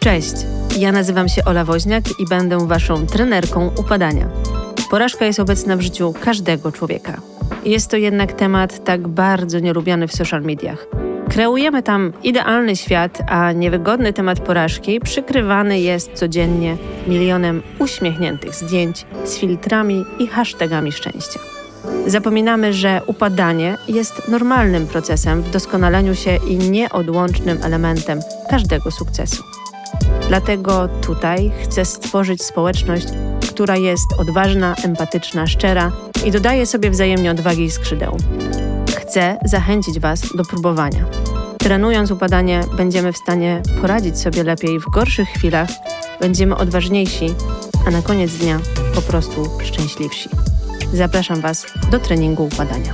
Cześć, ja nazywam się Ola Woźniak i będę waszą trenerką upadania. Porażka jest obecna w życiu każdego człowieka. Jest to jednak temat tak bardzo nielubiany w social mediach. Kreujemy tam idealny świat, a niewygodny temat porażki przykrywany jest codziennie milionem uśmiechniętych zdjęć z filtrami i hashtagami szczęścia. Zapominamy, że upadanie jest normalnym procesem w doskonaleniu się i nieodłącznym elementem każdego sukcesu. Dlatego tutaj chcę stworzyć społeczność, która jest odważna, empatyczna, szczera i dodaje sobie wzajemnie odwagi i skrzydeł. Chcę zachęcić Was do próbowania. Trenując upadanie, będziemy w stanie poradzić sobie lepiej w gorszych chwilach, będziemy odważniejsi, a na koniec dnia po prostu szczęśliwsi. Zapraszam Was do treningu upadania.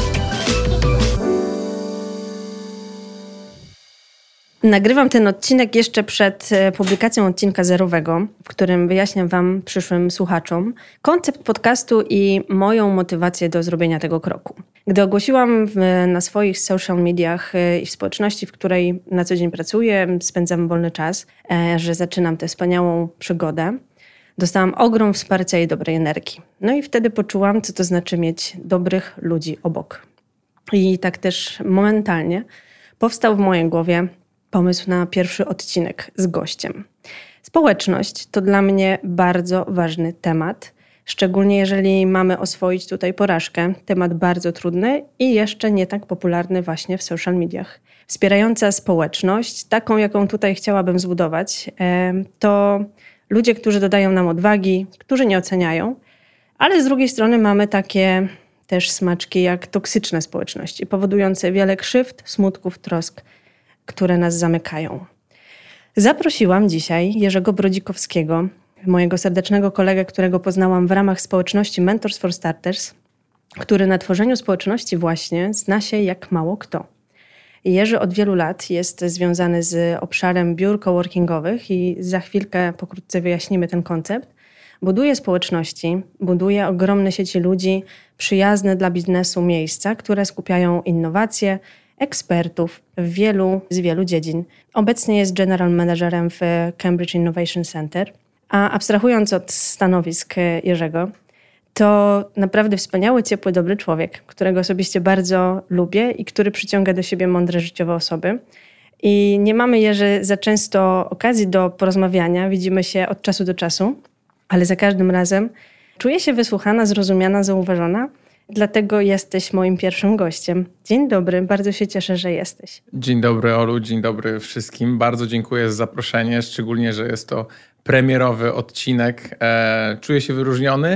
Nagrywam ten odcinek jeszcze przed publikacją odcinka zerowego, w którym wyjaśniam Wam, przyszłym słuchaczom, koncept podcastu i moją motywację do zrobienia tego kroku. Gdy ogłosiłam na swoich social mediach i w społeczności, w której na co dzień pracuję, spędzam wolny czas, że zaczynam tę wspaniałą przygodę, dostałam ogrom wsparcia i dobrej energii. No i wtedy poczułam, co to znaczy mieć dobrych ludzi obok. I tak też momentalnie powstał w mojej głowie pomysł na pierwszy odcinek z gościem. Społeczność to dla mnie bardzo ważny temat, szczególnie jeżeli mamy oswoić tutaj porażkę. Temat bardzo trudny i jeszcze nie tak popularny właśnie w social mediach. Wspierająca społeczność, taką jaką tutaj chciałabym zbudować, to ludzie, którzy dodają nam odwagi, którzy nie oceniają, ale z drugiej strony mamy takie też smaczki jak toksyczne społeczności, powodujące wiele krzywd, smutków, trosk, które nas zamykają. Zaprosiłam dzisiaj Jerzego Brodzikowskiego, mojego serdecznego kolegę, którego poznałam w ramach społeczności Mentors for Starters, który na tworzeniu społeczności właśnie zna się jak mało kto. Jerzy od wielu lat jest związany z obszarem biur coworkingowych i za chwilkę pokrótce wyjaśnimy ten koncept. Buduje społeczności, buduje ogromne sieci ludzi, przyjazne dla biznesu miejsca, które skupiają innowacje, ekspertów z wielu dziedzin. Obecnie jest general managerem w Cambridge Innovation Center. A abstrahując od stanowisk Jerzego, to naprawdę wspaniały, ciepły, dobry człowiek, którego osobiście bardzo lubię i który przyciąga do siebie mądre życiowe osoby. I nie mamy, Jerzy, za często okazji do porozmawiania, widzimy się od czasu do czasu, ale za każdym razem czuję się wysłuchana, zrozumiana, zauważona. Dlatego jesteś moim pierwszym gościem. Dzień dobry, bardzo się cieszę, że jesteś. Dzień dobry, Olu, dzień dobry wszystkim. Bardzo dziękuję za zaproszenie, szczególnie, że jest to premierowy odcinek. Czuję się wyróżniony.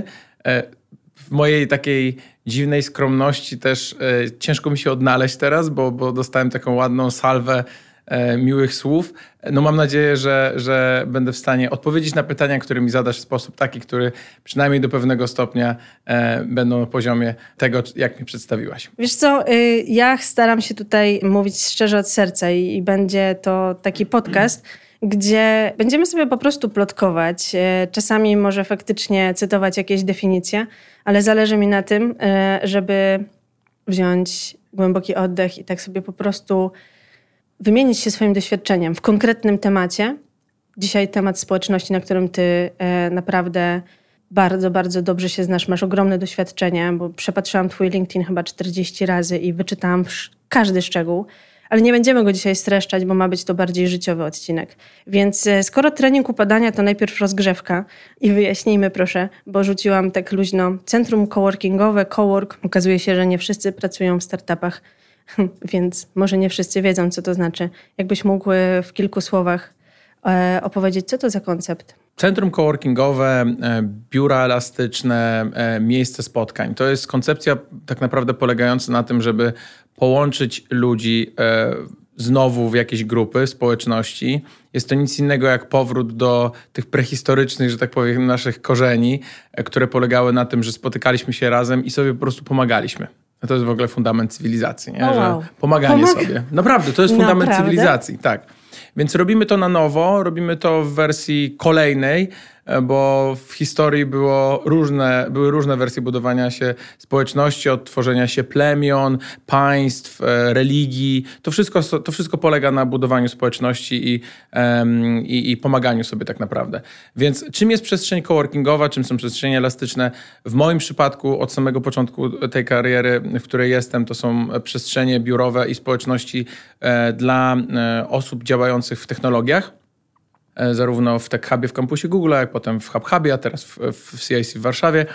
W mojej takiej dziwnej skromności też ciężko mi się odnaleźć teraz, bo dostałem taką ładną salwę miłych słów. No mam nadzieję, że będę w stanie odpowiedzieć na pytania, które mi zadasz w sposób taki, który przynajmniej do pewnego stopnia będą na poziomie tego, jak mi przedstawiłaś. Wiesz co, ja staram się tutaj mówić szczerze od serca i będzie to taki podcast, gdzie będziemy sobie po prostu plotkować. Czasami może faktycznie cytować jakieś definicje, ale zależy mi na tym, żeby wziąć głęboki oddech i tak sobie po prostu wymienić się swoim doświadczeniem w konkretnym temacie. Dzisiaj temat społeczności, na którym ty naprawdę bardzo, bardzo dobrze się znasz. Masz ogromne doświadczenie, bo przepatrzyłam twój LinkedIn chyba 40 razy i wyczytałam każdy szczegół. Ale nie będziemy go dzisiaj streszczać, bo ma być to bardziej życiowy odcinek. Więc skoro trening upadania, to najpierw rozgrzewka. I wyjaśnijmy proszę, bo rzuciłam tak luźno. Centrum coworkingowe, cowork. Okazuje się, że nie wszyscy pracują w startupach, więc może nie wszyscy wiedzą, co to znaczy. Jakbyś mógł w kilku słowach opowiedzieć, co to za koncept? Centrum coworkingowe, biura elastyczne, miejsce spotkań. To jest koncepcja tak naprawdę polegająca na tym, żeby połączyć ludzi znowu w jakieś grupy, społeczności. Jest to nic innego jak powrót do tych prehistorycznych, że tak powiem, naszych korzeni, które polegały na tym, że spotykaliśmy się razem i sobie po prostu pomagaliśmy. To jest w ogóle fundament cywilizacji, nie? Wow. Że pomaganie sobie. Naprawdę, to jest fundament cywilizacji, tak. Więc robimy to na nowo, robimy to w wersji kolejnej, bo w historii były różne wersje budowania się społeczności, od tworzenia się plemion, państw, religii. To wszystko polega na budowaniu społeczności i pomaganiu sobie tak naprawdę. Więc czym jest przestrzeń coworkingowa, czym są przestrzenie elastyczne? W moim przypadku od samego początku tej kariery, w której jestem, to są przestrzenie biurowe i społeczności dla osób działających w technologiach, zarówno w Tech Hubie w kampusie Google, jak potem w HubHubie, a teraz w CIC w Warszawie.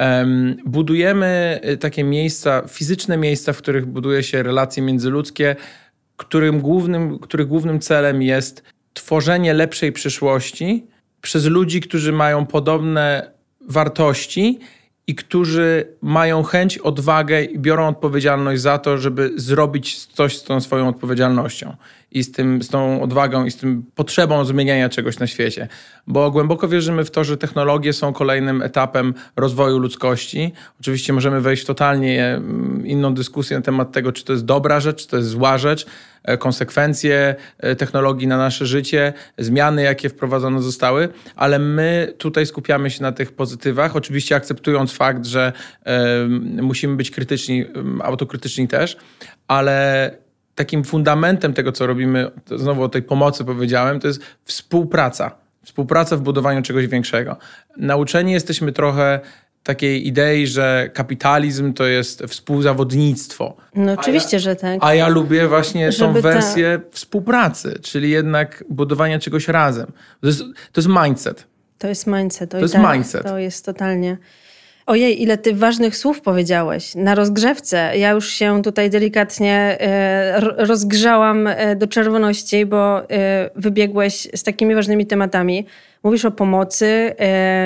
Budujemy takie miejsca, fizyczne miejsca, w których buduje się relacje międzyludzkie, których głównym celem jest tworzenie lepszej przyszłości przez ludzi, którzy mają podobne wartości i którzy mają chęć, odwagę i biorą odpowiedzialność za to, żeby zrobić coś z tą swoją odpowiedzialnością i z tą odwagą i z tym potrzebą zmieniania czegoś na świecie. Bo głęboko wierzymy w to, że technologie są kolejnym etapem rozwoju ludzkości. Oczywiście możemy wejść w totalnie inną dyskusję na temat tego, czy to jest dobra rzecz, czy to jest zła rzecz, konsekwencje technologii na nasze życie, zmiany, jakie wprowadzone zostały, ale my tutaj skupiamy się na tych pozytywach, oczywiście akceptując fakt, że musimy być krytyczni, autokrytyczni też, ale takim fundamentem tego, co robimy, znowu o tej pomocy powiedziałem, to jest współpraca. Współpraca w budowaniu czegoś większego. Nauczeni jesteśmy trochę takiej idei, że kapitalizm to jest współzawodnictwo. No oczywiście, że tak. A ja lubię właśnie tą wersję współpracy, czyli jednak budowania czegoś razem. To jest mindset. To jest mindset. To jest mindset. To jest totalnie... Ojej, ile ty ważnych słów powiedziałeś. Na rozgrzewce. Ja już się tutaj delikatnie rozgrzałam do czerwoności, bo wybiegłeś z takimi ważnymi tematami. Mówisz o pomocy.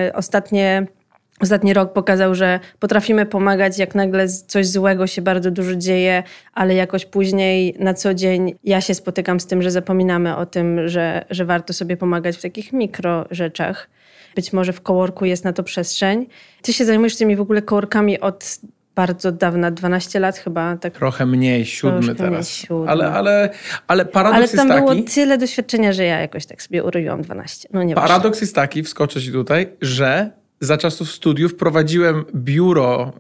Ostatni rok pokazał, że potrafimy pomagać, jak nagle coś złego się bardzo dużo dzieje, ale jakoś później na co dzień ja się spotykam z tym, że zapominamy o tym, że warto sobie pomagać w takich mikro rzeczach. Być może w coworku jest na to przestrzeń. Ty się zajmujesz tymi w ogóle coworkami od bardzo dawna, 12 lat chyba. Tak. Trochę mniej, 7 teraz. 7. Ale paradoks jest taki... Ale tam było tyle doświadczenia, że ja jakoś tak sobie uroiłam 12. No nie paradoks jest taki, wskoczę ci tutaj, że za czasów studiów prowadziłem biuro,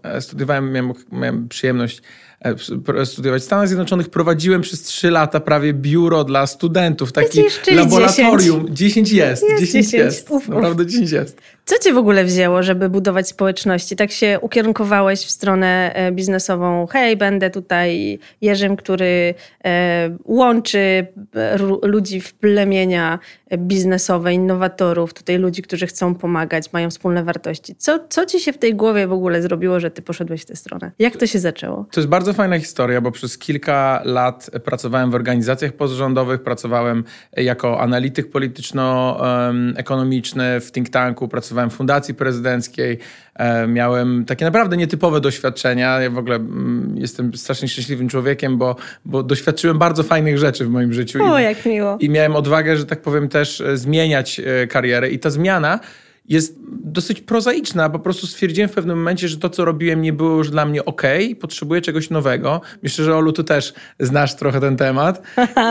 miałem przyjemność studiować w Stanach Zjednoczonych, prowadziłem przez 3 lata prawie biuro dla studentów, takie laboratorium. 10 jest. Naprawdę 10 jest. Co cię w ogóle wzięło, żeby budować społeczności? Tak się ukierunkowałeś w stronę biznesową. Hej, będę tutaj Jerzym, który łączy ludzi w plemienia biznesowe, innowatorów, tutaj ludzi, którzy chcą pomagać, mają wspólne wartości. Co ci się w tej głowie w ogóle zrobiło, że ty poszedłeś w tę stronę? Jak to się zaczęło? To jest bardzo fajna historia, bo przez kilka lat pracowałem w organizacjach pozarządowych, pracowałem jako analityk polityczno-ekonomiczny w think tanku, pracowałem w fundacji prezydenckiej, miałem takie naprawdę nietypowe doświadczenia. Ja w ogóle jestem strasznie szczęśliwym człowiekiem, bo doświadczyłem bardzo fajnych rzeczy w moim życiu. O, jak miło. I miałem odwagę, że tak powiem, też zmieniać karierę. I ta zmiana jest dosyć prozaiczna. Po prostu stwierdziłem w pewnym momencie, że to, co robiłem, nie było już dla mnie okej. Potrzebuję czegoś nowego. Myślę, że Olu, ty też znasz trochę ten temat.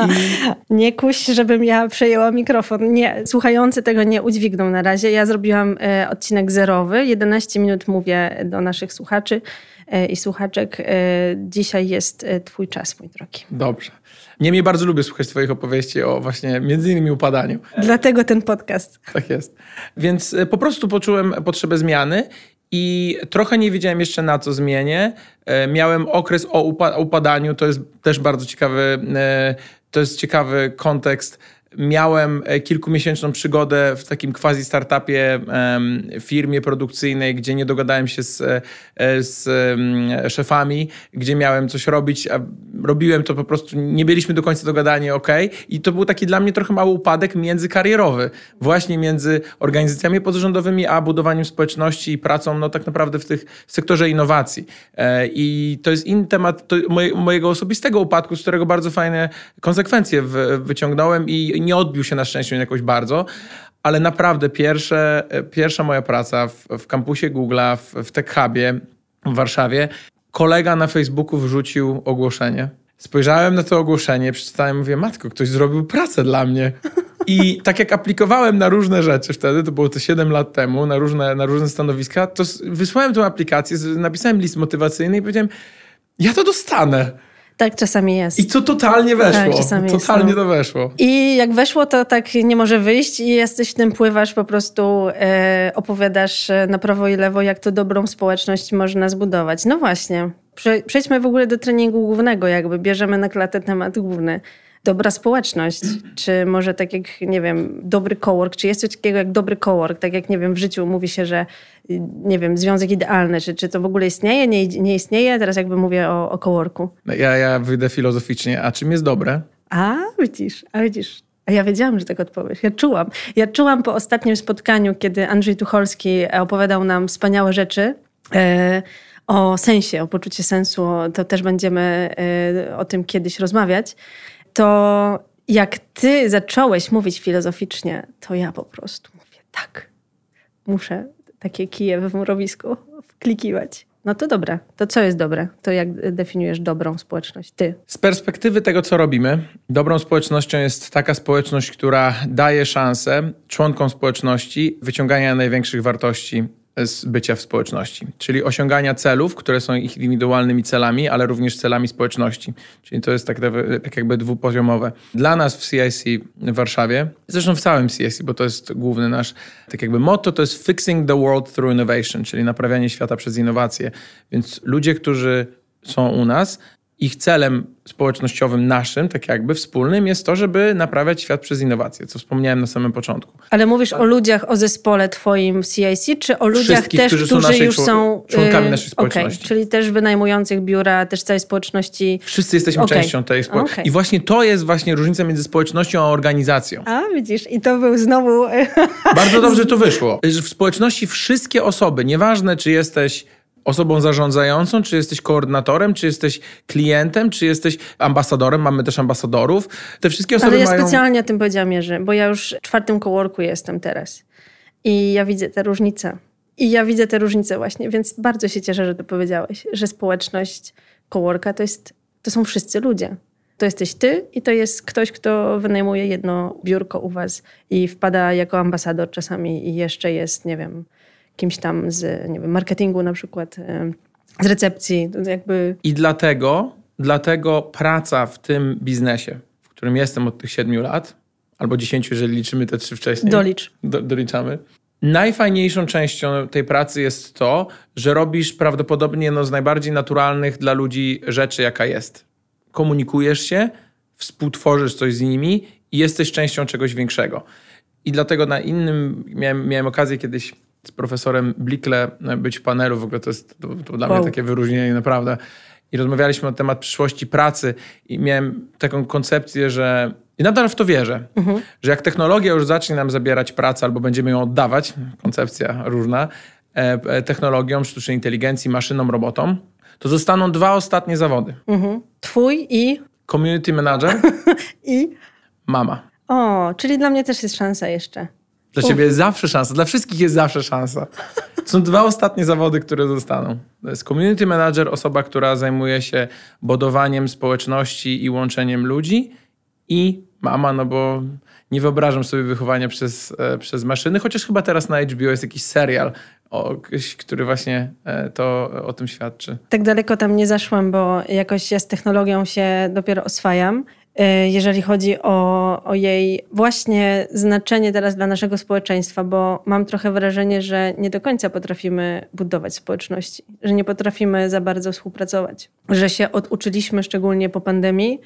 Nie kuś, żebym ja przejęła mikrofon. Nie, słuchający tego nie udźwigną na razie. Ja zrobiłam odcinek zerowy. 11 minut mówię do naszych słuchaczy i słuchaczek. Dzisiaj jest twój czas, mój drogi. Dobrze. Niemniej bardzo lubię słuchać twoich opowieści o właśnie między innymi upadaniu. Dlatego ten podcast. Tak jest. Więc po prostu poczułem potrzebę zmiany i trochę nie wiedziałem jeszcze, na co zmienię. Miałem okres o upadaniu, to jest też bardzo ciekawy kontekst. Miałem kilkumiesięczną przygodę w takim quasi startupie, firmie produkcyjnej, gdzie nie dogadałem się z szefami, gdzie miałem coś robić, a robiłem to po prostu, nie byliśmy do końca dogadani, I to był taki dla mnie trochę mały upadek międzykarierowy. Właśnie między organizacjami pozarządowymi, a budowaniem społeczności i pracą, no tak naprawdę w sektorze innowacji. I to jest inny temat mojego osobistego upadku, z którego bardzo fajne konsekwencje wyciągnąłem i nie odbił się na szczęście jakoś bardzo, ale naprawdę pierwsza moja praca w kampusie Google'a, w Tech Hubie w Warszawie, kolega na Facebooku wrzucił ogłoszenie. Spojrzałem na to ogłoszenie, przeczytałem, mówię, matko, ktoś zrobił pracę dla mnie. I tak jak aplikowałem na różne rzeczy wtedy, to było to 7 lat temu, na różne stanowiska, to wysłałem tę aplikację, napisałem list motywacyjny i powiedziałem, ja to dostanę. Tak czasami jest. I to totalnie weszło. Tak, czasami totalnie jest, to weszło. I jak weszło, to tak nie może wyjść i jesteś w tym, pływasz, po prostu opowiadasz na prawo i lewo, jak to dobrą społeczność można zbudować. No właśnie. Przejdźmy w ogóle do treningu głównego, jakby bierzemy na klatę temat główny. Dobra społeczność, czy może tak jak, nie wiem, dobry cowork, czy jest coś takiego jak dobry cowork, tak jak, nie wiem, w życiu mówi się, że, nie wiem, związek idealny, czy to w ogóle istnieje, nie istnieje? Teraz jakby mówię o coworku. Ja wyjdę filozoficznie, a czym jest dobre? A widzisz. A ja wiedziałam, że tak odpowiesz. Ja czułam po ostatnim spotkaniu, kiedy Andrzej Tucholski opowiadał nam wspaniałe rzeczy, o sensie, o poczuciu sensu, to też będziemy o tym kiedyś rozmawiać, to jak ty zacząłeś mówić filozoficznie, to ja po prostu mówię, tak, muszę takie kije we mrowisku wklikiwać. No to dobre. To co jest dobre? To jak definiujesz dobrą społeczność? Ty. Z perspektywy tego, co robimy, dobrą społecznością jest taka społeczność, która daje szansę członkom społeczności wyciągania największych wartości z bycia w społeczności, czyli osiągania celów, które są ich indywidualnymi celami, ale również celami społeczności. Czyli to jest tak jakby dwupoziomowe. Dla nas w CIC w Warszawie, zresztą w całym CIC, bo to jest główny nasz tak jakby motto, to jest fixing the world through innovation, czyli naprawianie świata przez innowacje. Więc ludzie, którzy są u nas, ich celem społecznościowym naszym, tak jakby wspólnym, jest to, żeby naprawiać świat przez innowacje, co wspomniałem na samym początku. Ale mówisz o ludziach, o zespole twoim w CIC, czy o ludziach też, którzy już są członkami naszej społeczności. Okay, czyli też wynajmujących biura, też całej społeczności. Wszyscy jesteśmy częścią tej społeczności. I właśnie to jest właśnie różnica między społecznością a organizacją. A widzisz, i to był znowu... Bardzo dobrze to wyszło. W społeczności wszystkie osoby, nieważne czy jesteś osobą zarządzającą, czy jesteś koordynatorem, czy jesteś klientem, czy jesteś ambasadorem, mamy też ambasadorów. Te wszystkie osoby mają... Ale ja mają... specjalnie o tym powiedziałam, Jerzy, bo ja już w 4. coworku jestem teraz. I ja widzę te różnice. Właśnie, więc bardzo się cieszę, że to powiedziałeś, że społeczność coworka to są wszyscy ludzie. To jesteś ty i to jest ktoś, kto wynajmuje jedno biurko u was i wpada jako ambasador czasami i jeszcze jest, nie wiem, kimś tam z, nie wiem, marketingu na przykład, z recepcji. To jakby... I dlatego praca w tym biznesie, w którym jestem od tych 7 lat, albo 10, jeżeli liczymy te 3 wcześniej. Dolicz. Doliczamy. Najfajniejszą częścią tej pracy jest to, że robisz prawdopodobnie jedno z najbardziej naturalnych dla ludzi rzeczy, jaka jest. Komunikujesz się, współtworzysz coś z nimi i jesteś częścią czegoś większego. I dlatego na innym, miałem okazję kiedyś z profesorem Blikle być w panelu, w ogóle to dla mnie takie wyróżnienie naprawdę. I rozmawialiśmy na temat przyszłości pracy i miałem taką koncepcję, że i nadal w to wierzę, że jak technologia już zacznie nam zabierać pracę albo będziemy ją oddawać, koncepcja różna, technologiom, sztucznej inteligencji, maszynom, robotom, to zostaną 2 ostatnie zawody. Twój i? Community manager i? Mama. O, czyli dla mnie też jest szansa jeszcze. Dla ciebie jest zawsze szansa. Dla wszystkich jest zawsze szansa. Są 2 ostatnie zawody, które zostaną. To jest community manager, osoba, która zajmuje się budowaniem społeczności i łączeniem ludzi, i mama, no bo nie wyobrażam sobie wychowania przez maszyny, chociaż chyba teraz na HBO jest jakiś serial, który właśnie o tym świadczy. Tak daleko tam nie zaszłam, bo jakoś ja z technologią się dopiero oswajam. Jeżeli chodzi o jej właśnie znaczenie teraz dla naszego społeczeństwa, bo mam trochę wrażenie, że nie do końca potrafimy budować społeczności, że nie potrafimy za bardzo współpracować, że się oduczyliśmy szczególnie po pandemii,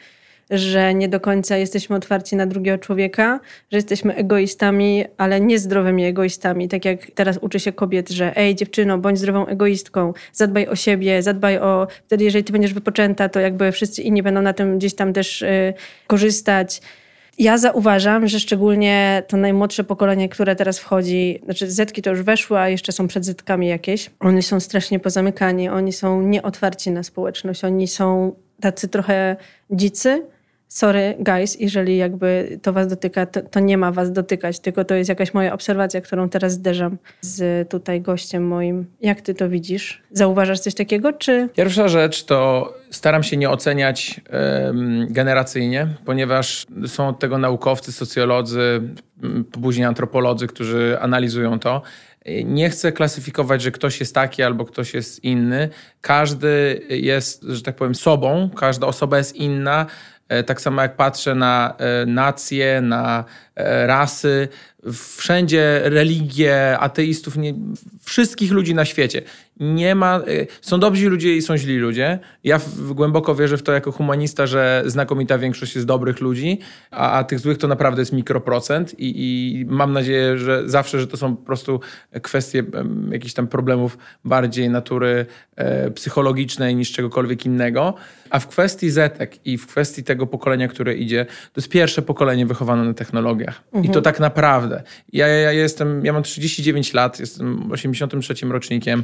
że nie do końca jesteśmy otwarci na drugiego człowieka, że jesteśmy egoistami, ale niezdrowymi egoistami. Tak jak teraz uczy się kobiet, że dziewczyno, bądź zdrową egoistką, zadbaj o siebie, wtedy jeżeli ty będziesz wypoczęta, to jakby wszyscy inni będą na tym gdzieś tam też korzystać. Ja zauważam, że szczególnie to najmłodsze pokolenie, które teraz wchodzi, znaczy Zetki to już weszły, a jeszcze są przed Zetkami jakieś, oni są strasznie pozamykani, oni są nieotwarci na społeczność, oni są tacy trochę dzicy, sorry guys, jeżeli jakby to was dotyka, to nie ma was dotykać, tylko to jest jakaś moja obserwacja, którą teraz zderzam z tutaj gościem moim. Jak ty to widzisz? Zauważasz coś takiego, czy... Pierwsza rzecz to staram się nie oceniać generacyjnie, ponieważ są od tego naukowcy, socjolodzy, później antropolodzy, którzy analizują to. Nie chcę klasyfikować, że ktoś jest taki albo ktoś jest inny. Każdy jest, że tak powiem, sobą. Każda osoba jest inna. Tak samo jak patrzę na nacje, na rasy, wszędzie religie, ateistów, wszystkich ludzi na świecie. Nie ma, są dobrzy ludzie i są źli ludzie. Ja głęboko wierzę w to jako humanista, że znakomita większość jest dobrych ludzi, a tych złych to naprawdę jest mikroprocent i mam nadzieję, że zawsze, że to są po prostu kwestie jakichś tam problemów bardziej natury psychologicznej niż czegokolwiek innego. A w kwestii Zetek i w kwestii tego pokolenia, które idzie, to jest pierwsze pokolenie wychowane na technologiach. I to tak naprawdę. Ja mam 39 lat, jestem 83 rocznikiem.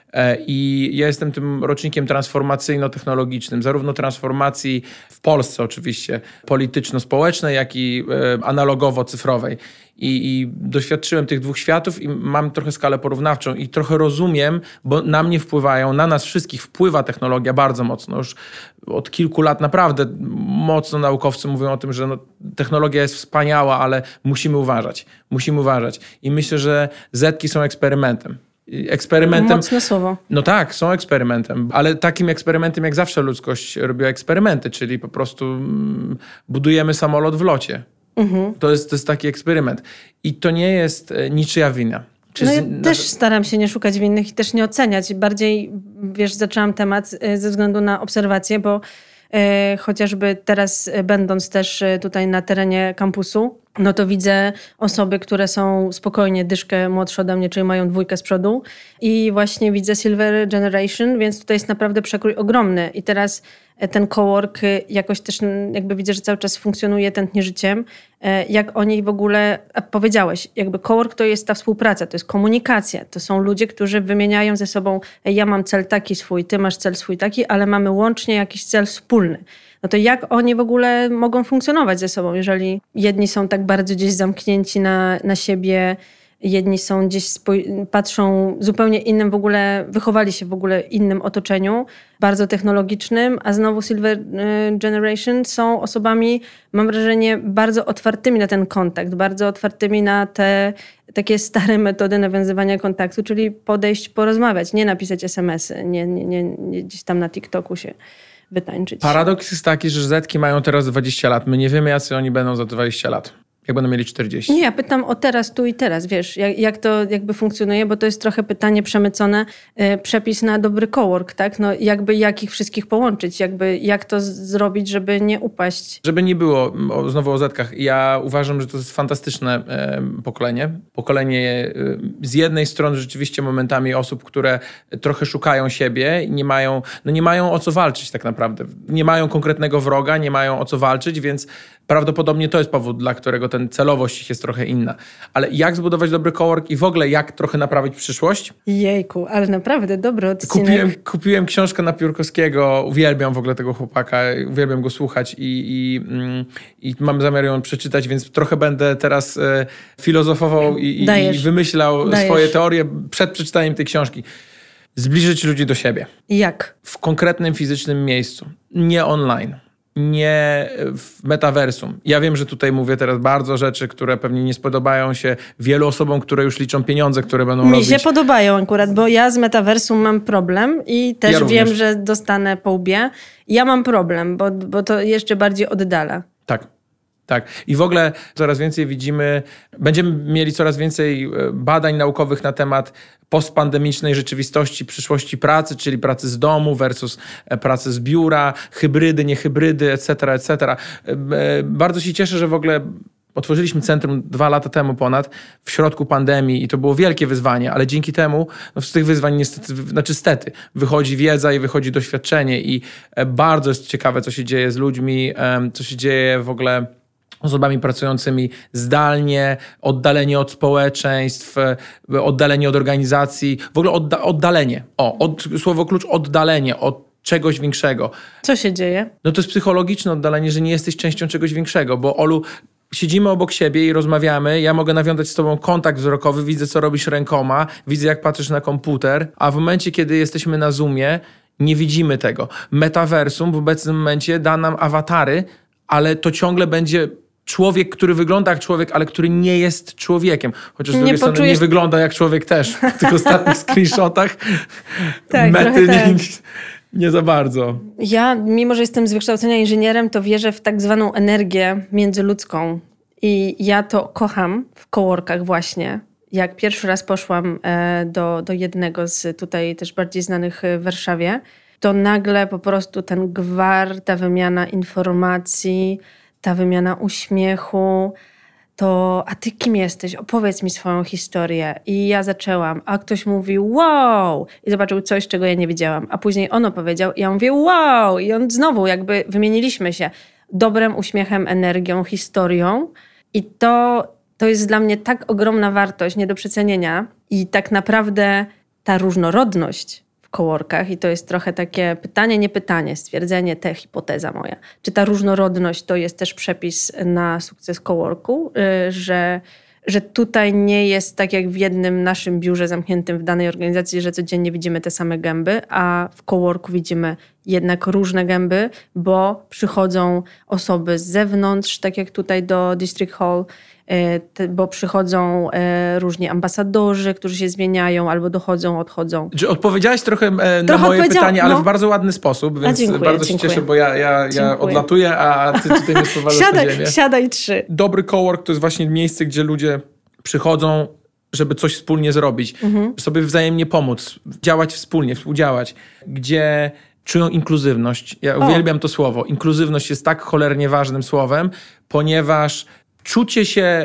I ja jestem tym rocznikiem transformacyjno-technologicznym, zarówno transformacji w Polsce oczywiście polityczno-społecznej, jak i analogowo-cyfrowej. I doświadczyłem tych dwóch światów i mam trochę skalę porównawczą i trochę rozumiem, bo na mnie wpływają, na nas wszystkich wpływa technologia bardzo mocno. Już od kilku lat naprawdę mocno naukowcy mówią o tym, że technologia jest wspaniała, ale musimy uważać. I myślę, że Zetki są eksperymentem. Mocne słowo. No tak, są eksperymentem, ale takim eksperymentem jak zawsze ludzkość robiła eksperymenty, czyli po prostu budujemy samolot w locie. To jest taki eksperyment. I to nie jest niczyja wina. Ja też staram się nie szukać winnych i też nie oceniać. Bardziej, zaczęłam temat ze względu na obserwacje, bo chociażby teraz będąc też tutaj na terenie kampusu, no to widzę osoby, które są spokojnie dyszkę młodsze ode mnie, czyli mają 2 z przodu i właśnie widzę Silver Generation, więc tutaj jest naprawdę przekrój ogromny i teraz ten cowork jakoś też jakby widzę, że cały czas funkcjonuje, tętni życiem. Jak oni w ogóle, powiedziałeś, jakby cowork to jest ta współpraca, to jest komunikacja, to są ludzie, którzy wymieniają ze sobą, ja mam cel taki swój, ty masz cel swój taki, ale mamy łącznie jakiś cel wspólny. No to jak oni w ogóle mogą funkcjonować ze sobą, jeżeli jedni są tak bardzo gdzieś zamknięci na siebie, jedni są gdzieś, patrzą zupełnie innym w ogóle, wychowali się w ogóle innym otoczeniu, bardzo technologicznym, a znowu Silver Generation są osobami, mam wrażenie, bardzo otwartymi na ten kontakt, bardzo otwartymi na te takie stare metody nawiązywania kontaktu, czyli podejść, porozmawiać, nie napisać SMS-y, nie gdzieś tam na TikToku się wytańczyć. Paradoks jest taki, że Zetki mają teraz 20 lat. My nie wiemy, jacy oni będą za 20 lat. Jak będą mieli 40? Nie, ja pytam o teraz, tu i teraz, jak to jakby funkcjonuje, bo to jest trochę pytanie przemycone, przepis na dobry cowork, tak? No jakby jak ich wszystkich połączyć, jak to zrobić, żeby nie upaść? Żeby nie było, znowu o Zetkach, ja uważam, że to jest fantastyczne pokolenie. Pokolenie z jednej strony rzeczywiście momentami osób, które trochę szukają siebie i nie mają o co walczyć tak naprawdę. Nie mają konkretnego wroga, nie mają o co walczyć, więc prawdopodobnie to jest powód, dla którego ten celowość ich jest trochę inna. Ale jak zbudować dobry cowork i w ogóle jak trochę naprawić przyszłość? Jejku, ale naprawdę dobry odcinek. Kupiłem książkę Napiórkowskiego, uwielbiam w ogóle tego chłopaka, uwielbiam go słuchać i mam zamiar ją przeczytać, więc trochę będę teraz filozofował i wymyślał swoje teorie przed przeczytaniem tej książki. Zbliżyć ludzi do siebie. Jak? W konkretnym fizycznym miejscu, nie online. Nie w metaversum. Ja wiem, że tutaj mówię teraz bardzo rzeczy, które pewnie nie spodobają się wielu osobom, które już liczą pieniądze, które będą robić. Mi się podobają akurat, bo ja z metaversum mam problem i też wiem, że dostanę po łbie. Ja mam problem, bo to jeszcze bardziej oddala. Tak. I w ogóle coraz więcej widzimy, będziemy mieli coraz więcej badań naukowych na temat postpandemicznej rzeczywistości, przyszłości pracy, czyli pracy z domu versus pracy z biura, hybrydy, nie hybrydy, etc. Bardzo się cieszę, że w ogóle otworzyliśmy centrum 2 lata temu ponad, w środku pandemii i to było wielkie wyzwanie, ale dzięki temu z tych wyzwań niestety wychodzi wiedza i wychodzi doświadczenie i bardzo jest ciekawe, co się dzieje z ludźmi, co się dzieje w ogóle osobami pracującymi zdalnie, oddaleni od społeczeństw, oddaleni od organizacji, w ogóle oddalenie. Słowo klucz oddalenie od czegoś większego. Co się dzieje? No to jest psychologiczne oddalenie, że nie jesteś częścią czegoś większego, bo Olu, siedzimy obok siebie i rozmawiamy, ja mogę nawiązać z tobą kontakt wzrokowy, widzę, co robisz rękoma, widzę, jak patrzysz na komputer, a w momencie, kiedy jesteśmy na Zoomie, nie widzimy tego. Metaversum w obecnym momencie da nam awatary, ale to ciągle będzie człowiek, który wygląda jak człowiek, ale który nie jest człowiekiem. Chociaż z drugiej strony nie wygląda jak człowiek też. W tych ostatnich screenshotach tak, mety nie za bardzo. Ja, mimo że jestem z wykształcenia inżynierem, to wierzę w tak zwaną energię międzyludzką. I ja to kocham w coworkach właśnie. Jak pierwszy raz poszłam do jednego z tutaj też bardziej znanych w Warszawie, to nagle po prostu ten gwar, ta wymiana informacji, ta wymiana uśmiechu, to a ty kim jesteś? Opowiedz mi swoją historię. I ja zaczęłam, a ktoś mówił wow! I zobaczył coś, czego ja nie wiedziałam. A później on opowiedział i ja mówię wow! I on znowu jakby wymieniliśmy się dobrem, uśmiechem, energią, historią. I to jest dla mnie tak ogromna wartość, nie do przecenienia. I tak naprawdę ta różnorodność w coworkach, i to jest trochę takie pytanie, nie pytanie, stwierdzenie, hipoteza moja. Czy ta różnorodność to jest też przepis na sukces coworku, że tutaj nie jest tak jak w jednym naszym biurze zamkniętym w danej organizacji, że codziennie widzimy te same gęby, a w coworku widzimy jednak różne gęby, bo przychodzą osoby z zewnątrz, tak jak tutaj do District Hall, bo przychodzą różni ambasadorzy, którzy się zmieniają albo dochodzą, odchodzą. Odpowiedziałaś trochę na moje pytanie, ale w bardzo ładny sposób, więc bardzo się cieszę, bo ja odlatuję, a ty tutaj mnie sprowadzasz na ziemię. Siadaj 3. Dobry cowork to jest właśnie miejsce, gdzie ludzie przychodzą, żeby coś wspólnie zrobić, sobie wzajemnie pomóc, działać wspólnie, współdziałać, gdzie czują inkluzywność. Ja uwielbiam to słowo. Inkluzywność jest tak cholernie ważnym słowem, ponieważ czucie się...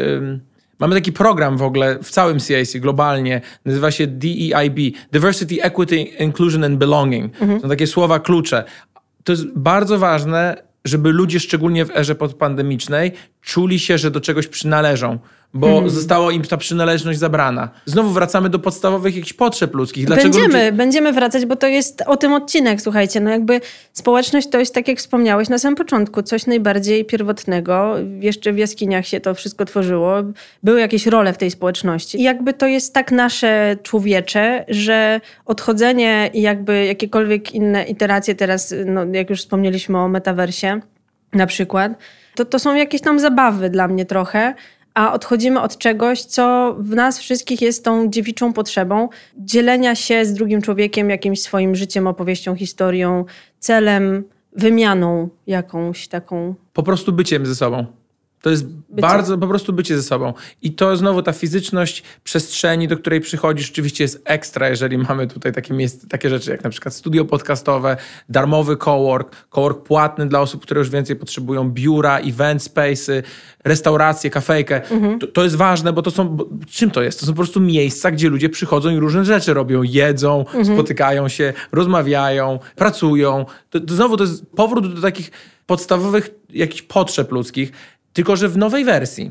mamy taki program w ogóle w całym CIC globalnie, nazywa się DEIB, Diversity, Equity, Inclusion and Belonging. Są takie słowa klucze. To jest bardzo ważne, żeby ludzie, szczególnie w erze podpandemicznej, czuli się, że do czegoś przynależą, bo została im ta przynależność zabrana. Znowu wracamy do podstawowych jakichś potrzeb ludzkich. Będziemy wracać, bo to jest o tym odcinek, słuchajcie. No jakby społeczność to jest, tak jak wspomniałeś na samym początku, coś najbardziej pierwotnego. Jeszcze w jaskiniach się to wszystko tworzyło. Były jakieś role w tej społeczności. I jakby to jest tak nasze człowiecze, że odchodzenie i jakby jakiekolwiek inne iteracje teraz, no jak już wspomnieliśmy o metaversie na przykład, to są jakieś tam zabawy dla mnie trochę, a odchodzimy od czegoś, co w nas wszystkich jest tą dziewiczą potrzebą dzielenia się z drugim człowiekiem jakimś swoim życiem, opowieścią, historią, celem, wymianą jakąś taką. Po prostu byciem ze sobą. To jest bardzo po prostu bycie ze sobą. I to znowu ta fizyczność przestrzeni, do której przychodzisz, oczywiście jest ekstra, jeżeli mamy tutaj takie rzeczy jak na przykład studio podcastowe, darmowy cowork płatny dla osób, które już więcej potrzebują, biura, event space'y, restauracje, kafejkę. To jest ważne, bo to są... Czym to jest? To są po prostu miejsca, gdzie ludzie przychodzą i różne rzeczy robią. Jedzą, spotykają się, rozmawiają, pracują. Znowu to jest powrót do takich podstawowych jakichś potrzeb ludzkich, tylko że w nowej wersji,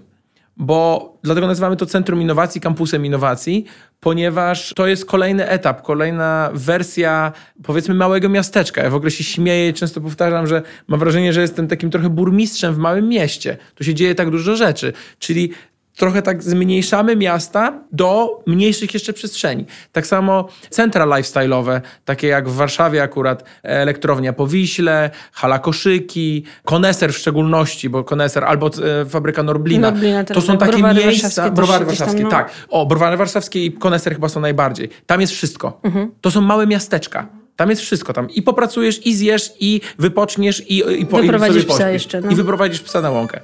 bo dlatego nazywamy to Centrum Innowacji, Kampusem Innowacji, ponieważ to jest kolejny etap, kolejna wersja, powiedzmy, małego miasteczka. Ja w ogóle się śmieję i często powtarzam, że mam wrażenie, że jestem takim trochę burmistrzem w małym mieście. Tu się dzieje tak dużo rzeczy, czyli trochę tak zmniejszamy miasta do mniejszych jeszcze przestrzeni. Tak samo centra lifestyle'owe, takie jak w Warszawie akurat Elektrownia po Wiśle, Hala Koszyki, Koneser w szczególności, bo Koneser albo fabryka Norblina. To są takie miejsca... Browary warszawskie, tak. Browary warszawskie i Koneser chyba są najbardziej. Tam jest wszystko. To są małe miasteczka. Tam jest wszystko. Tam i popracujesz, i zjesz, i wypoczniesz, i wyprowadzisz psa jeszcze. I wyprowadzisz psa na łąkę.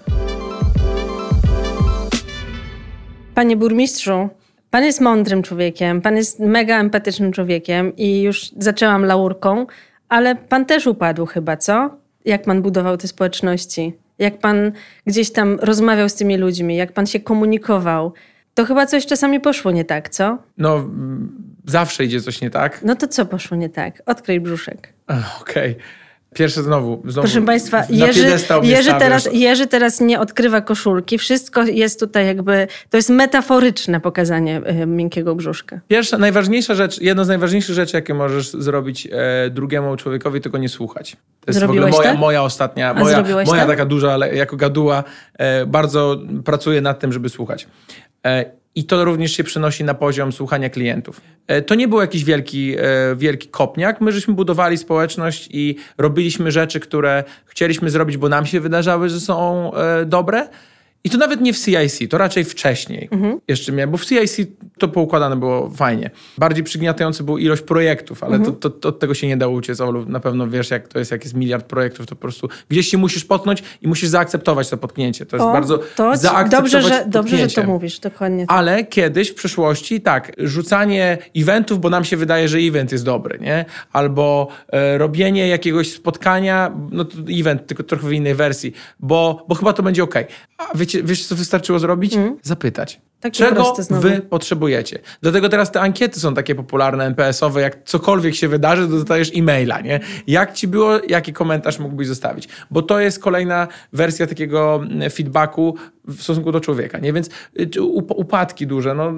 Panie burmistrzu, pan jest mądrym człowiekiem, pan jest mega empatycznym człowiekiem i już zaczęłam laurką, ale pan też upadł chyba, co? Jak pan budował te społeczności? Jak pan gdzieś tam rozmawiał z tymi ludźmi? Jak pan się komunikował? To chyba coś czasami poszło nie tak, co? No, zawsze idzie coś nie tak. No to co poszło nie tak? Odkryj brzuszek. Okej. Pierwsze znowu Proszę Państwa, Jerzy teraz nie odkrywa koszulki. Wszystko jest tutaj jakby, to jest metaforyczne pokazanie miękkiego brzuszka. Pierwsza, najważniejsza rzecz, jedna z najważniejszych rzeczy, jakie możesz zrobić drugiemu człowiekowi, tylko nie słuchać. To jest Zrobiłeś w ogóle tak? moja ostatnia, moja taka duża, ale jako gaduła bardzo pracuję nad tym, żeby słuchać. I to również się przenosi na poziom słuchania klientów. To nie był jakiś wielki kopniak. My żeśmy budowali społeczność i robiliśmy rzeczy, które chcieliśmy zrobić, bo nam się wydarzały, że są dobre. I to nawet nie w CIC, to raczej wcześniej jeszcze miałem, bo w CIC to poukładane było fajnie. Bardziej przygniatająca była ilość projektów, ale to od tego się nie da uciec, Olu. Na pewno wiesz, jak to jest, jak jest miliard projektów, to po prostu gdzieś się musisz potknąć i musisz zaakceptować to potknięcie. To jest bardzo zaakceptować dobrze, że to mówisz, dokładnie. Tak. Ale kiedyś w przeszłości, tak, rzucanie eventów, bo nam się wydaje, że event jest dobry, nie? Albo robienie jakiegoś spotkania, no to event, tylko trochę w innej wersji, bo chyba to będzie okej. A wiesz, co wystarczyło zrobić? Zapytać. Czego wy potrzebujecie? Dlatego teraz te ankiety są takie popularne, NPS-owe, jak cokolwiek się wydarzy, to dostajesz e-maila, nie? Jak ci było, jaki komentarz mógłbyś zostawić? Bo to jest kolejna wersja takiego feedbacku w stosunku do człowieka, nie? Więc upadki duże, no...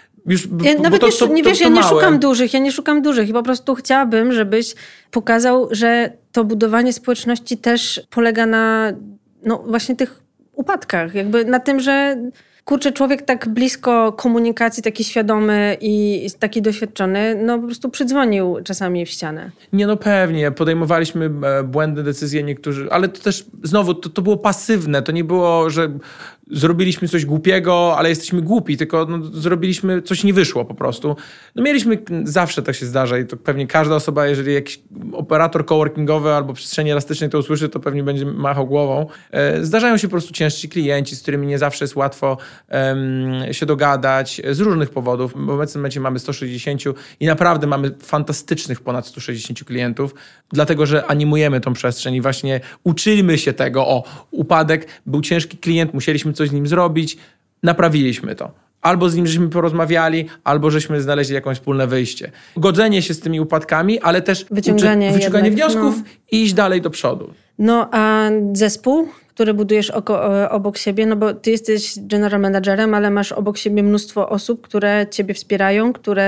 Ja nie szukam dużych i po prostu chciałabym, żebyś pokazał, że to budowanie społeczności też polega na właśnie tych upadkach, jakby na tym, że człowiek tak blisko komunikacji, taki świadomy i taki doświadczony, no po prostu przydzwonił czasami w ścianę. Nie, no pewnie. Podejmowaliśmy błędne decyzje niektórzy, ale to też znowu, to było pasywne. To nie było, że zrobiliśmy coś głupiego, ale jesteśmy głupi, tylko zrobiliśmy, coś nie wyszło po prostu. No mieliśmy, zawsze tak się zdarza i to pewnie każda osoba, jeżeli jakiś operator coworkingowy albo przestrzeni elastycznej to usłyszy, to pewnie będzie machał głową. Zdarzają się po prostu ciężsi klienci, z którymi nie zawsze jest łatwo się dogadać z różnych powodów. W obecnym momencie mamy 160 i naprawdę mamy fantastycznych ponad 160 klientów, dlatego, że animujemy tą przestrzeń i właśnie uczymy się tego. Upadek, był ciężki klient, musieliśmy coś z nim zrobić, naprawiliśmy to. Albo z nim żeśmy porozmawiali, albo żeśmy znaleźli jakieś wspólne wyjście. Godzenie się z tymi upadkami, ale też wyciąganie wniosków i iść dalej do przodu. No a zespół, który budujesz obok siebie, no bo ty jesteś general managerem, ale masz obok siebie mnóstwo osób, które ciebie wspierają,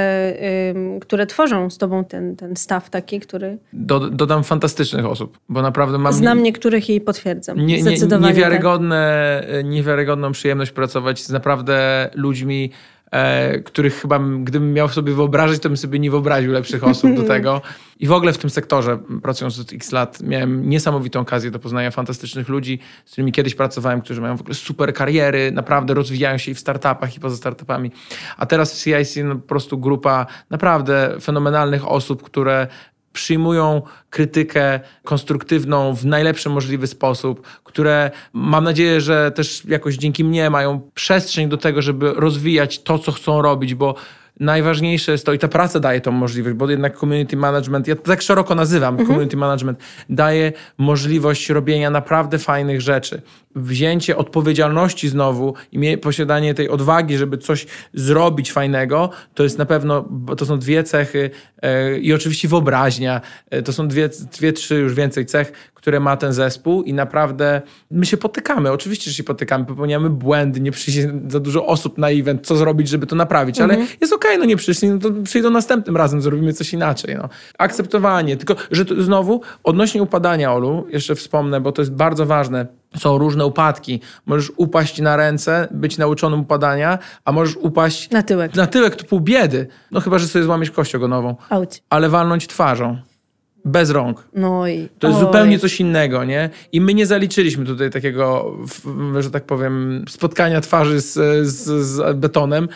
które tworzą z tobą ten staff taki, który... Dodam fantastycznych osób, bo naprawdę mam... Znam niektórych i potwierdzam. Zdecydowanie niewiarygodną przyjemność pracować z naprawdę ludźmi, których chyba, gdybym miał sobie wyobrazić, to bym sobie nie wyobraził lepszych osób do tego. I w ogóle w tym sektorze, pracując od x lat, miałem niesamowitą okazję do poznania fantastycznych ludzi, z którymi kiedyś pracowałem, którzy mają w ogóle super kariery, naprawdę rozwijają się i w startupach, i poza startupami. A teraz w CIC po prostu grupa naprawdę fenomenalnych osób, które przyjmują krytykę konstruktywną w najlepszy możliwy sposób, które mam nadzieję, że też jakoś dzięki mnie mają przestrzeń do tego, żeby rozwijać to, co chcą robić, bo najważniejsze jest to, i ta praca daje tą możliwość, bo jednak community management, ja to tak szeroko nazywam, community management, daje możliwość robienia naprawdę fajnych rzeczy. Wzięcie odpowiedzialności znowu i posiadanie tej odwagi, żeby coś zrobić fajnego, to jest na pewno, to są dwie cechy i oczywiście wyobraźnia, to są dwie, trzy już więcej cech, które ma ten zespół i naprawdę my się potykamy, oczywiście, że się potykamy, popełniamy błędy, nie przyjdzie za dużo osób na event, co zrobić, żeby to naprawić, ale jest okej, no nie przyszli, no to przyjdą następnym razem, zrobimy coś inaczej. No. Akceptowanie, tylko, że to znowu odnośnie upadania, Olu, jeszcze wspomnę, bo to jest bardzo ważne, są różne upadki. Możesz upaść na ręce, być nauczonym upadania, a możesz upaść na tyłek. Na tyłek to pół biedy. No chyba, że sobie złamiesz kość ogonową. Auć. Ale walnąć twarzą. Bez rąk. To jest Oj. zupełnie coś innego, nie? I my nie zaliczyliśmy tutaj takiego, że tak powiem, spotkania twarzy z betonem.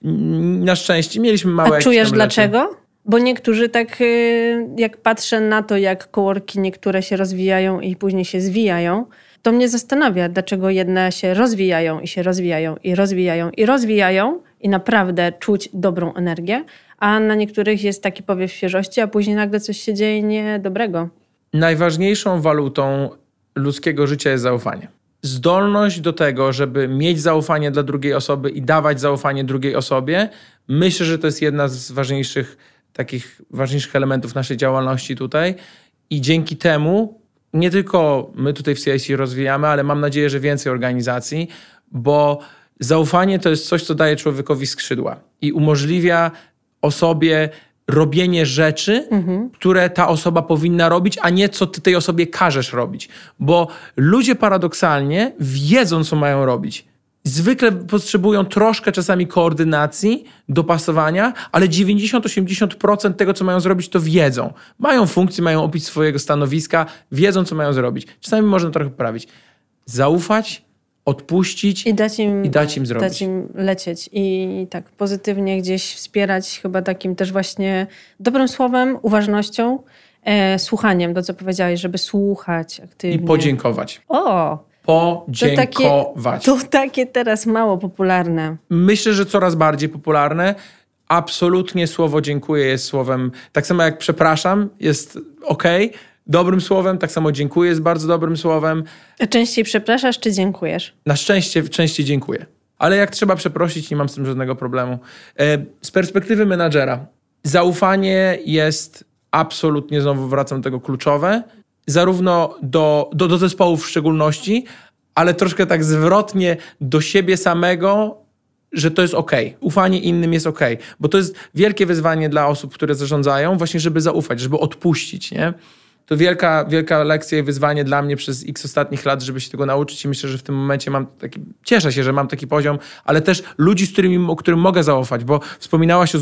Na szczęście mieliśmy małe... A czujesz dlaczego? Bo niektórzy tak, jak patrzę na to, jak coworki niektóre się rozwijają i później się zwijają, to mnie zastanawia, dlaczego jedne się rozwijają i się rozwijają i rozwijają i rozwijają i naprawdę czuć dobrą energię, a na niektórych jest taki powiew świeżości, a później nagle coś się dzieje niedobrego. Najważniejszą walutą ludzkiego życia jest zaufanie. Zdolność do tego, żeby mieć zaufanie dla drugiej osoby i dawać zaufanie drugiej osobie, myślę, że to jest jedna z ważniejszych elementów naszej działalności tutaj i dzięki temu nie tylko my tutaj w CIC rozwijamy, ale mam nadzieję, że więcej organizacji, bo zaufanie to jest coś, co daje człowiekowi skrzydła i umożliwia osobie robienie rzeczy, które ta osoba powinna robić, a nie co ty tej osobie każesz robić. Bo ludzie paradoksalnie wiedzą, co mają robić. Zwykle potrzebują troszkę czasami koordynacji, dopasowania, ale 90-80% tego, co mają zrobić, to wiedzą. Mają funkcję, mają opis swojego stanowiska, wiedzą, co mają zrobić. Czasami można trochę poprawić. Zaufać, odpuścić i dać im zrobić. Dać im lecieć i tak pozytywnie gdzieś wspierać chyba takim też właśnie dobrym słowem, uważnością, słuchaniem, to co powiedziałeś, żeby słuchać aktywnie. I podziękować. Podziękować. To takie teraz mało popularne. Myślę, że coraz bardziej popularne. Absolutnie słowo dziękuję jest słowem, tak samo jak przepraszam jest okej, dobrym słowem, tak samo dziękuję jest bardzo dobrym słowem. A częściej przepraszasz czy dziękujesz? Na szczęście częściej dziękuję. Ale jak trzeba przeprosić, nie mam z tym żadnego problemu. Z perspektywy menadżera, zaufanie jest absolutnie, znowu wracam do tego, kluczowe. Zarówno do zespołów w szczególności, ale troszkę tak zwrotnie do siebie samego, że to jest okej. Ufanie innym jest okej. Bo to jest wielkie wyzwanie dla osób, które zarządzają, właśnie żeby zaufać, żeby odpuścić, nie? To wielka lekcja i wyzwanie dla mnie przez x ostatnich lat, żeby się tego nauczyć i myślę, że w tym momencie cieszę się, że mam taki poziom, ale też ludzi, którym mogę zaufać, bo wspominałaś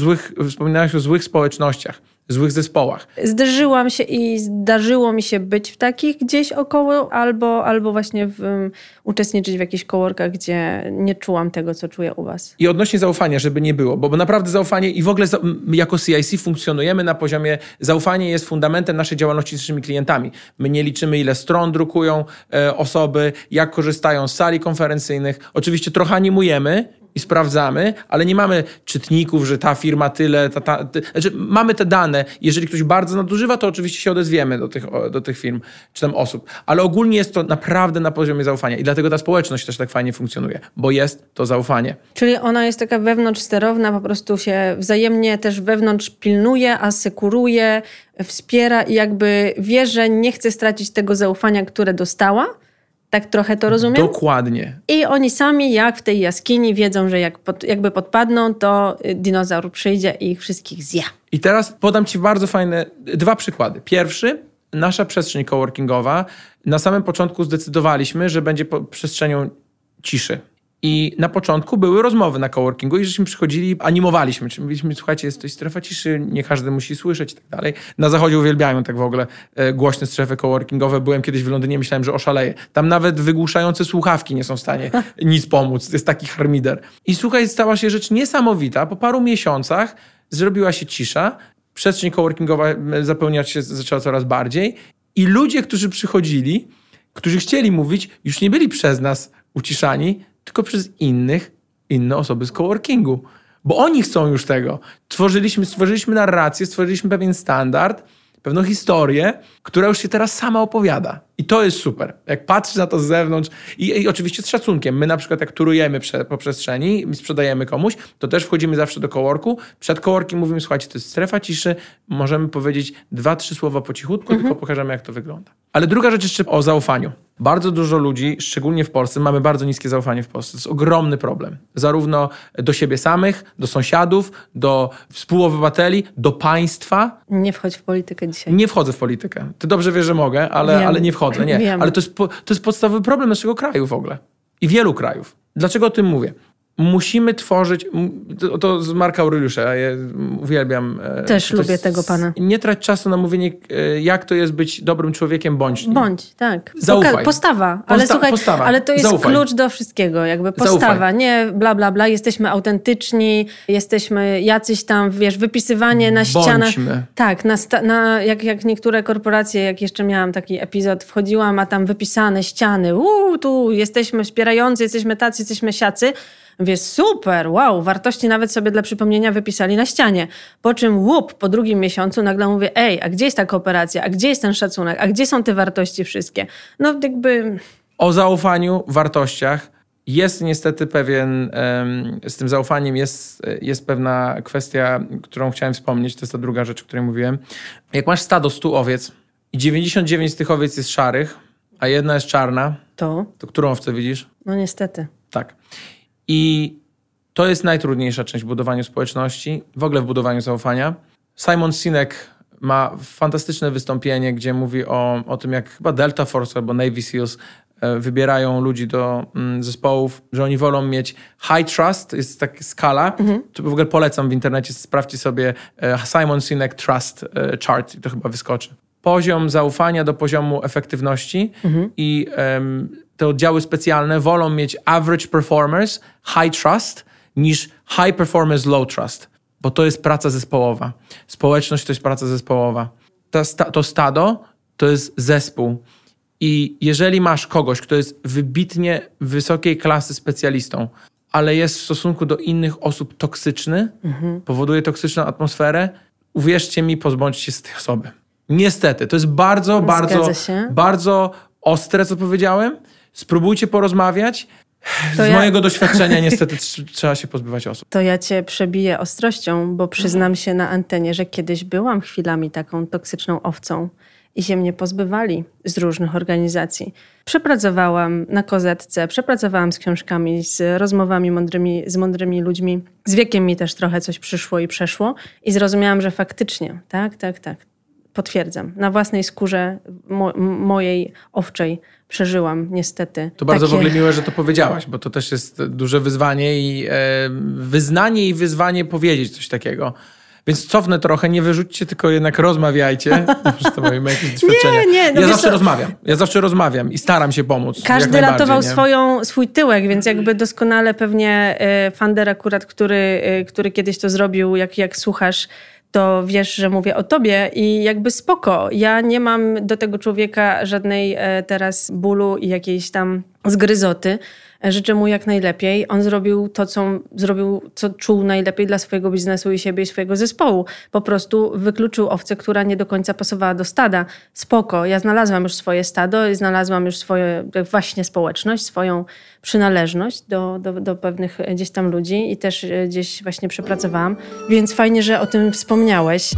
o złych społecznościach, złych zespołach. Zderzyłam się i zdarzyło mi się być w takich gdzieś około, albo właśnie uczestniczyć w jakichś coworkach, gdzie nie czułam tego, co czuję u was. I odnośnie zaufania, żeby nie było, bo naprawdę zaufanie i w ogóle jako CIC funkcjonujemy na poziomie, zaufanie jest fundamentem naszej działalności z naszymi klientami. My nie liczymy, ile stron drukują osoby, jak korzystają z sali konferencyjnych. Oczywiście trochę animujemy i sprawdzamy, ale nie mamy czytników, że ta firma tyle, znaczy mamy te dane. Jeżeli ktoś bardzo nadużywa, to oczywiście się odezwiemy do tych firm czy tam osób. Ale ogólnie jest to naprawdę na poziomie zaufania i dlatego ta społeczność też tak fajnie funkcjonuje, bo jest to zaufanie. Czyli ona jest taka wewnątrz sterowna, po prostu się wzajemnie też wewnątrz pilnuje, asekuruje, wspiera i jakby wie, że nie chce stracić tego zaufania, które dostała. Tak trochę to rozumiem? Dokładnie. I oni sami, jak w tej jaskini, wiedzą, że jakby podpadną, to dinozaur przyjdzie i ich wszystkich zje. I teraz podam ci bardzo fajne 2 przykłady. Pierwszy, nasza przestrzeń coworkingowa. Na samym początku zdecydowaliśmy, że będzie przestrzenią ciszy. I na początku były rozmowy na coworkingu i żeśmy przychodzili, animowaliśmy. Czyli mówiliśmy, słuchajcie, jest tutaj strefa ciszy, nie każdy musi słyszeć i tak dalej. Na zachodzie uwielbiają tak w ogóle głośne strefy coworkingowe. Byłem kiedyś w Londynie, myślałem, że oszaleję. Tam nawet wygłuszające słuchawki nie są w stanie nic pomóc. To jest taki harmider. I słuchaj, stała się rzecz niesamowita. Po paru miesiącach zrobiła się cisza. Przestrzeń coworkingowa zapełniać się zaczęła coraz bardziej. I ludzie, którzy przychodzili, którzy chcieli mówić, już nie byli przez nas uciszani, tylko przez inne osoby z coworkingu. Bo oni chcą już tego. Stworzyliśmy narrację, stworzyliśmy pewien standard, pewną historię, która już się teraz sama opowiada. I to jest super. Jak patrzysz na to z zewnątrz i oczywiście z szacunkiem. My na przykład jak turujemy po przestrzeni i sprzedajemy komuś, to też wchodzimy zawsze do coworku. Przed coworkiem mówimy, słuchajcie, to jest strefa ciszy, możemy powiedzieć 2-3 słowa po cichutku, tylko pokażemy, jak to wygląda. Ale druga rzecz jeszcze o zaufaniu. Bardzo dużo ludzi, szczególnie w Polsce, mamy bardzo niskie zaufanie w Polsce. To jest ogromny problem. Zarówno do siebie samych, do sąsiadów, do współobywateli, do państwa. Nie wchodź w politykę dzisiaj. Nie wchodzę w politykę. Ty dobrze wiesz, że mogę, ale nie wchodzę. Nie. Wiem. Ale to jest podstawowy problem naszego kraju w ogóle. I wielu krajów. Dlaczego o tym mówię? Musimy tworzyć, to z Marka Aureliusza, ja uwielbiam. Też lubię tego pana. Nie trać czasu na mówienie, jak to jest być dobrym człowiekiem, bądź. Bądź, tak. Zaufaj. Postawa. Ale słuchaj, postawa. Ale to jest Zaufaj. klucz do wszystkiego. Jakby postawa, Zaufaj. nie bla, bla, bla. Jesteśmy autentyczni, jesteśmy jacyś tam, wiesz, wypisywanie na ścianach. Bądźmy. Tak, jak niektóre korporacje, jak jeszcze miałam taki epizod, wchodziłam, a tam wypisane ściany. Tu jesteśmy wspierający, jesteśmy tacy, jesteśmy siacy. Mówię, super, wow, wartości nawet sobie dla przypomnienia wypisali na ścianie. Po czym po drugim miesiącu nagle mówię, a gdzie jest ta kooperacja, a gdzie jest ten szacunek, a gdzie są te wartości wszystkie? No jakby... O zaufaniu, wartościach jest niestety z tym zaufaniem jest pewna kwestia, którą chciałem wspomnieć, to jest ta druga rzecz, o której mówiłem. Jak masz stado 100 owiec i 99 z tych owiec jest szarych, a jedna jest czarna, to którą owcę widzisz? No niestety. Tak. I to jest najtrudniejsza część w budowaniu społeczności, w ogóle w budowaniu zaufania. Simon Sinek ma fantastyczne wystąpienie, gdzie mówi o tym, jak chyba Delta Force albo Navy Seals wybierają ludzi do zespołów, że oni wolą mieć high trust, jest taka skala, to w ogóle polecam w internecie, sprawdźcie sobie Simon Sinek Trust Chart i to chyba wyskoczy. Poziom zaufania do poziomu efektywności i te oddziały specjalne wolą mieć average performers, high trust, niż high performers, low trust, bo to jest praca zespołowa. Społeczność to jest praca zespołowa. To stado to jest zespół. I jeżeli masz kogoś, kto jest wybitnie wysokiej klasy specjalistą, ale jest w stosunku do innych osób toksyczny, powoduje toksyczną atmosferę, uwierzcie mi, pozbądźcie się z tej osoby. Niestety, to jest bardzo ostre, co powiedziałem. Spróbujcie porozmawiać. Z mojego doświadczenia niestety trzeba się pozbywać osób. To ja cię przebiję ostrością, bo przyznam się na antenie, że kiedyś byłam chwilami taką toksyczną owcą i się mnie pozbywali z różnych organizacji. Przepracowałam na kozetce, przepracowałam z książkami, z rozmowami z mądrymi ludźmi. Z wiekiem mi też trochę coś przyszło i przeszło i zrozumiałam, że faktycznie, tak. Potwierdzam. Na własnej skórze mojej owczej przeżyłam niestety. To bardzo w ogóle miłe, że to powiedziałaś, bo to też jest duże wyzwanie i wyznanie i wyzwanie powiedzieć coś takiego. Więc cofnę trochę, nie wyrzućcie, tylko jednak rozmawiajcie. To mamy jakieś doświadczenia. Nie. Ja zawsze rozmawiam i staram się pomóc. Każdy ratował swój tyłek, więc jakby doskonale pewnie Fander akurat, który kiedyś to zrobił, jak słuchasz, to wiesz, że mówię o tobie i jakby spoko. Ja nie mam do tego człowieka żadnej teraz bólu i jakiejś tam zgryzoty. Życzę mu jak najlepiej. On zrobił to, co czuł najlepiej dla swojego biznesu i siebie i swojego zespołu. Po prostu wykluczył owcę, która nie do końca pasowała do stada. Spoko. Ja znalazłam już swoje stado i znalazłam już swoją właśnie społeczność, swoją przynależność do pewnych gdzieś tam ludzi i też gdzieś właśnie przepracowałam. Więc fajnie, że o tym wspomniałeś.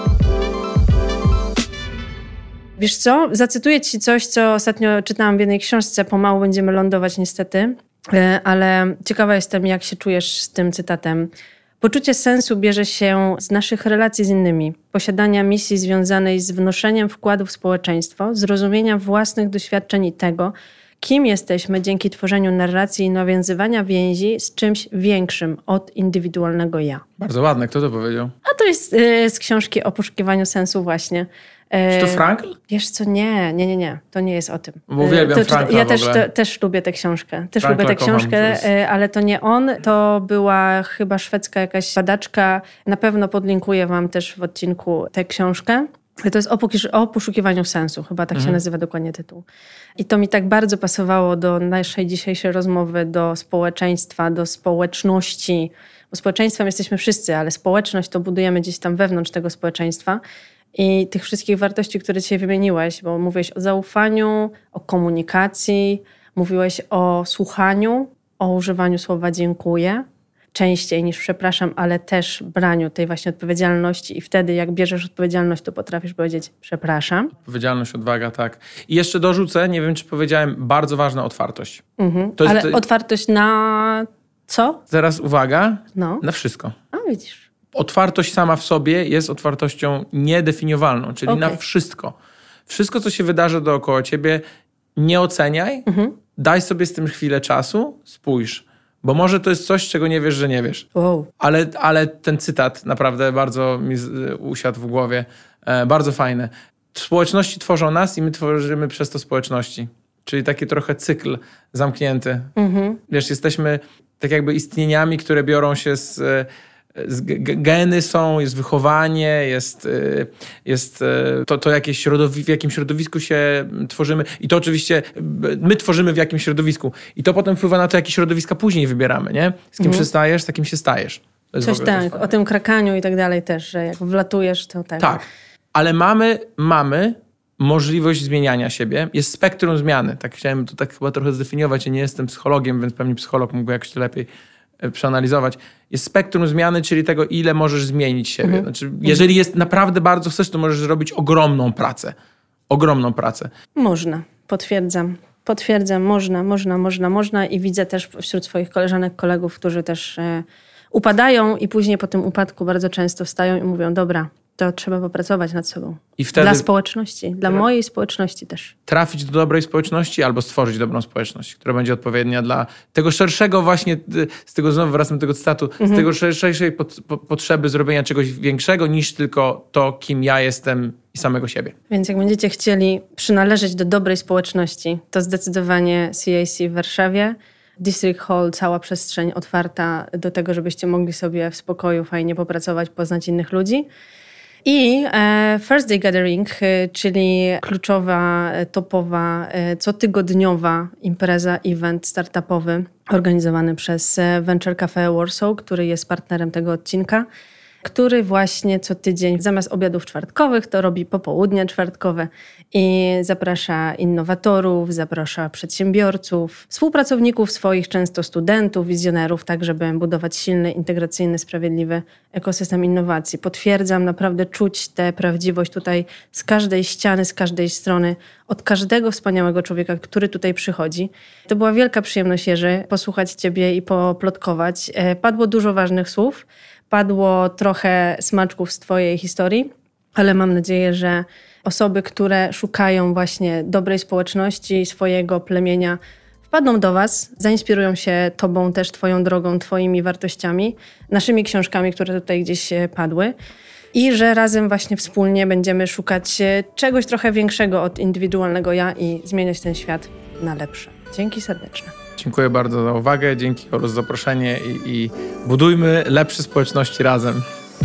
Wiesz co? Zacytuję ci coś, co ostatnio czytałam w jednej książce. Pomału będziemy lądować niestety, ale ciekawa jestem, jak się czujesz z tym cytatem. Poczucie sensu bierze się z naszych relacji z innymi, posiadania misji związanej z wnoszeniem wkładu w społeczeństwo, zrozumienia własnych doświadczeń i tego, kim jesteśmy dzięki tworzeniu narracji i nawiązywania więzi z czymś większym od indywidualnego ja. Bardzo ładne. Kto to powiedział? A to jest z książki o poszukiwaniu sensu właśnie. Czy to Frankl? Wiesz co, nie. To nie jest o tym. Bo uwielbiam Frankla ja też lubię tę książkę. Ale to nie on. To była chyba szwedzka jakaś badaczka. Na pewno podlinkuję wam też w odcinku tę książkę. To jest o poszukiwaniu sensu. Chyba tak się nazywa dokładnie tytuł. I to mi tak bardzo pasowało do naszej dzisiejszej rozmowy, do społeczeństwa, do społeczności. Bo społeczeństwem jesteśmy wszyscy, ale społeczność to budujemy gdzieś tam wewnątrz tego społeczeństwa. I tych wszystkich wartości, które dzisiaj wymieniłeś, bo mówiłeś o zaufaniu, o komunikacji, mówiłeś o słuchaniu, o używaniu słowa dziękuję, częściej niż przepraszam, ale też braniu tej właśnie odpowiedzialności i wtedy jak bierzesz odpowiedzialność, to potrafisz powiedzieć przepraszam. Odpowiedzialność, odwaga, tak. I jeszcze dorzucę, nie wiem czy powiedziałem, bardzo ważna otwartość. Ale otwartość na co? Teraz uwaga, na wszystko. A widzisz. Otwartość sama w sobie jest otwartością niedefiniowalną, czyli na wszystko. Wszystko, co się wydarzy dookoła ciebie, nie oceniaj, daj sobie z tym chwilę czasu, spójrz. Bo może to jest coś, czego nie wiesz, że nie wiesz. Wow. Ale ten cytat naprawdę bardzo mi usiadł w głowie. Bardzo fajne. Społeczności tworzą nas i my tworzymy przez to społeczności. Czyli taki trochę cykl zamknięty. Wiesz, jesteśmy tak jakby istnieniami, które biorą się geny są, jest wychowanie, jest to w jakim środowisku się tworzymy i to oczywiście my tworzymy w jakimś środowisku i to potem wpływa na to, jakie środowiska później wybieramy, nie? Z kim przystajesz, z takim się stajesz. Coś tak, o tym krakaniu i tak dalej też, że jak wlatujesz, to tak. Tak, ale mamy możliwość zmieniania siebie, jest spektrum zmiany. Tak chciałem to tak chyba trochę zdefiniować, ja nie jestem psychologiem, więc pewnie psycholog mógłby jakoś to lepiej przeanalizować. Jest spektrum zmiany, czyli tego, ile możesz zmienić siebie. Znaczy, jeżeli naprawdę bardzo chcesz, to możesz zrobić ogromną pracę. ogromną pracę. Można, potwierdzam, można i widzę też wśród swoich koleżanek, kolegów, którzy też upadają i później po tym upadku bardzo często wstają i mówią, dobra, to trzeba popracować nad sobą. I wtedy dla społeczności, dla mojej społeczności też. Trafić do dobrej społeczności albo stworzyć dobrą społeczność, która będzie odpowiednia dla tego szerszego właśnie, z tego znowu wracam do tego cytatu, z tego szerszej potrzeby zrobienia czegoś większego niż tylko to, kim ja jestem i samego siebie. Więc jak będziecie chcieli przynależeć do dobrej społeczności, to zdecydowanie CAC w Warszawie. District Hall, cała przestrzeń otwarta do tego, żebyście mogli sobie w spokoju fajnie popracować, poznać innych ludzi. I First Day Gathering, czyli kluczowa, topowa, cotygodniowa impreza, event startupowy organizowany przez Venture Cafe Warsaw, który jest partnerem tego odcinka, który właśnie co tydzień zamiast obiadów czwartkowych to robi popołudnia czwartkowe i zaprasza innowatorów, zaprasza przedsiębiorców, współpracowników swoich, często studentów, wizjonerów, tak żeby budować silny, integracyjny, sprawiedliwy ekosystem innowacji. Potwierdzam, naprawdę czuć tę prawdziwość tutaj z każdej ściany, z każdej strony, od każdego wspaniałego człowieka, który tutaj przychodzi. To była wielka przyjemność, Jerzy, posłuchać Ciebie i poplotkować. Padło dużo ważnych słów. Padło trochę smaczków z Twojej historii, ale mam nadzieję, że osoby, które szukają właśnie dobrej społeczności, swojego plemienia, wpadną do Was, zainspirują się Tobą, też Twoją drogą, Twoimi wartościami, naszymi książkami, które tutaj gdzieś padły i że razem właśnie wspólnie będziemy szukać czegoś trochę większego od indywidualnego ja i zmieniać ten świat na lepsze. Dzięki serdeczne. Dziękuję bardzo za uwagę, dzięki za zaproszenie i budujmy lepsze społeczności razem.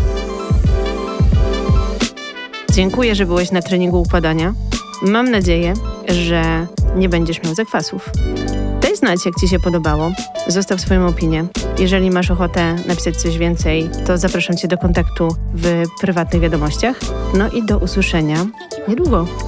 Dziękuję, że byłeś na treningu upadania. Mam nadzieję, że nie będziesz miał zakwasów. Daj znać, jak Ci się podobało. Zostaw swoją opinię. Jeżeli masz ochotę napisać coś więcej, to zapraszam Cię do kontaktu w prywatnych wiadomościach. No i do usłyszenia niedługo.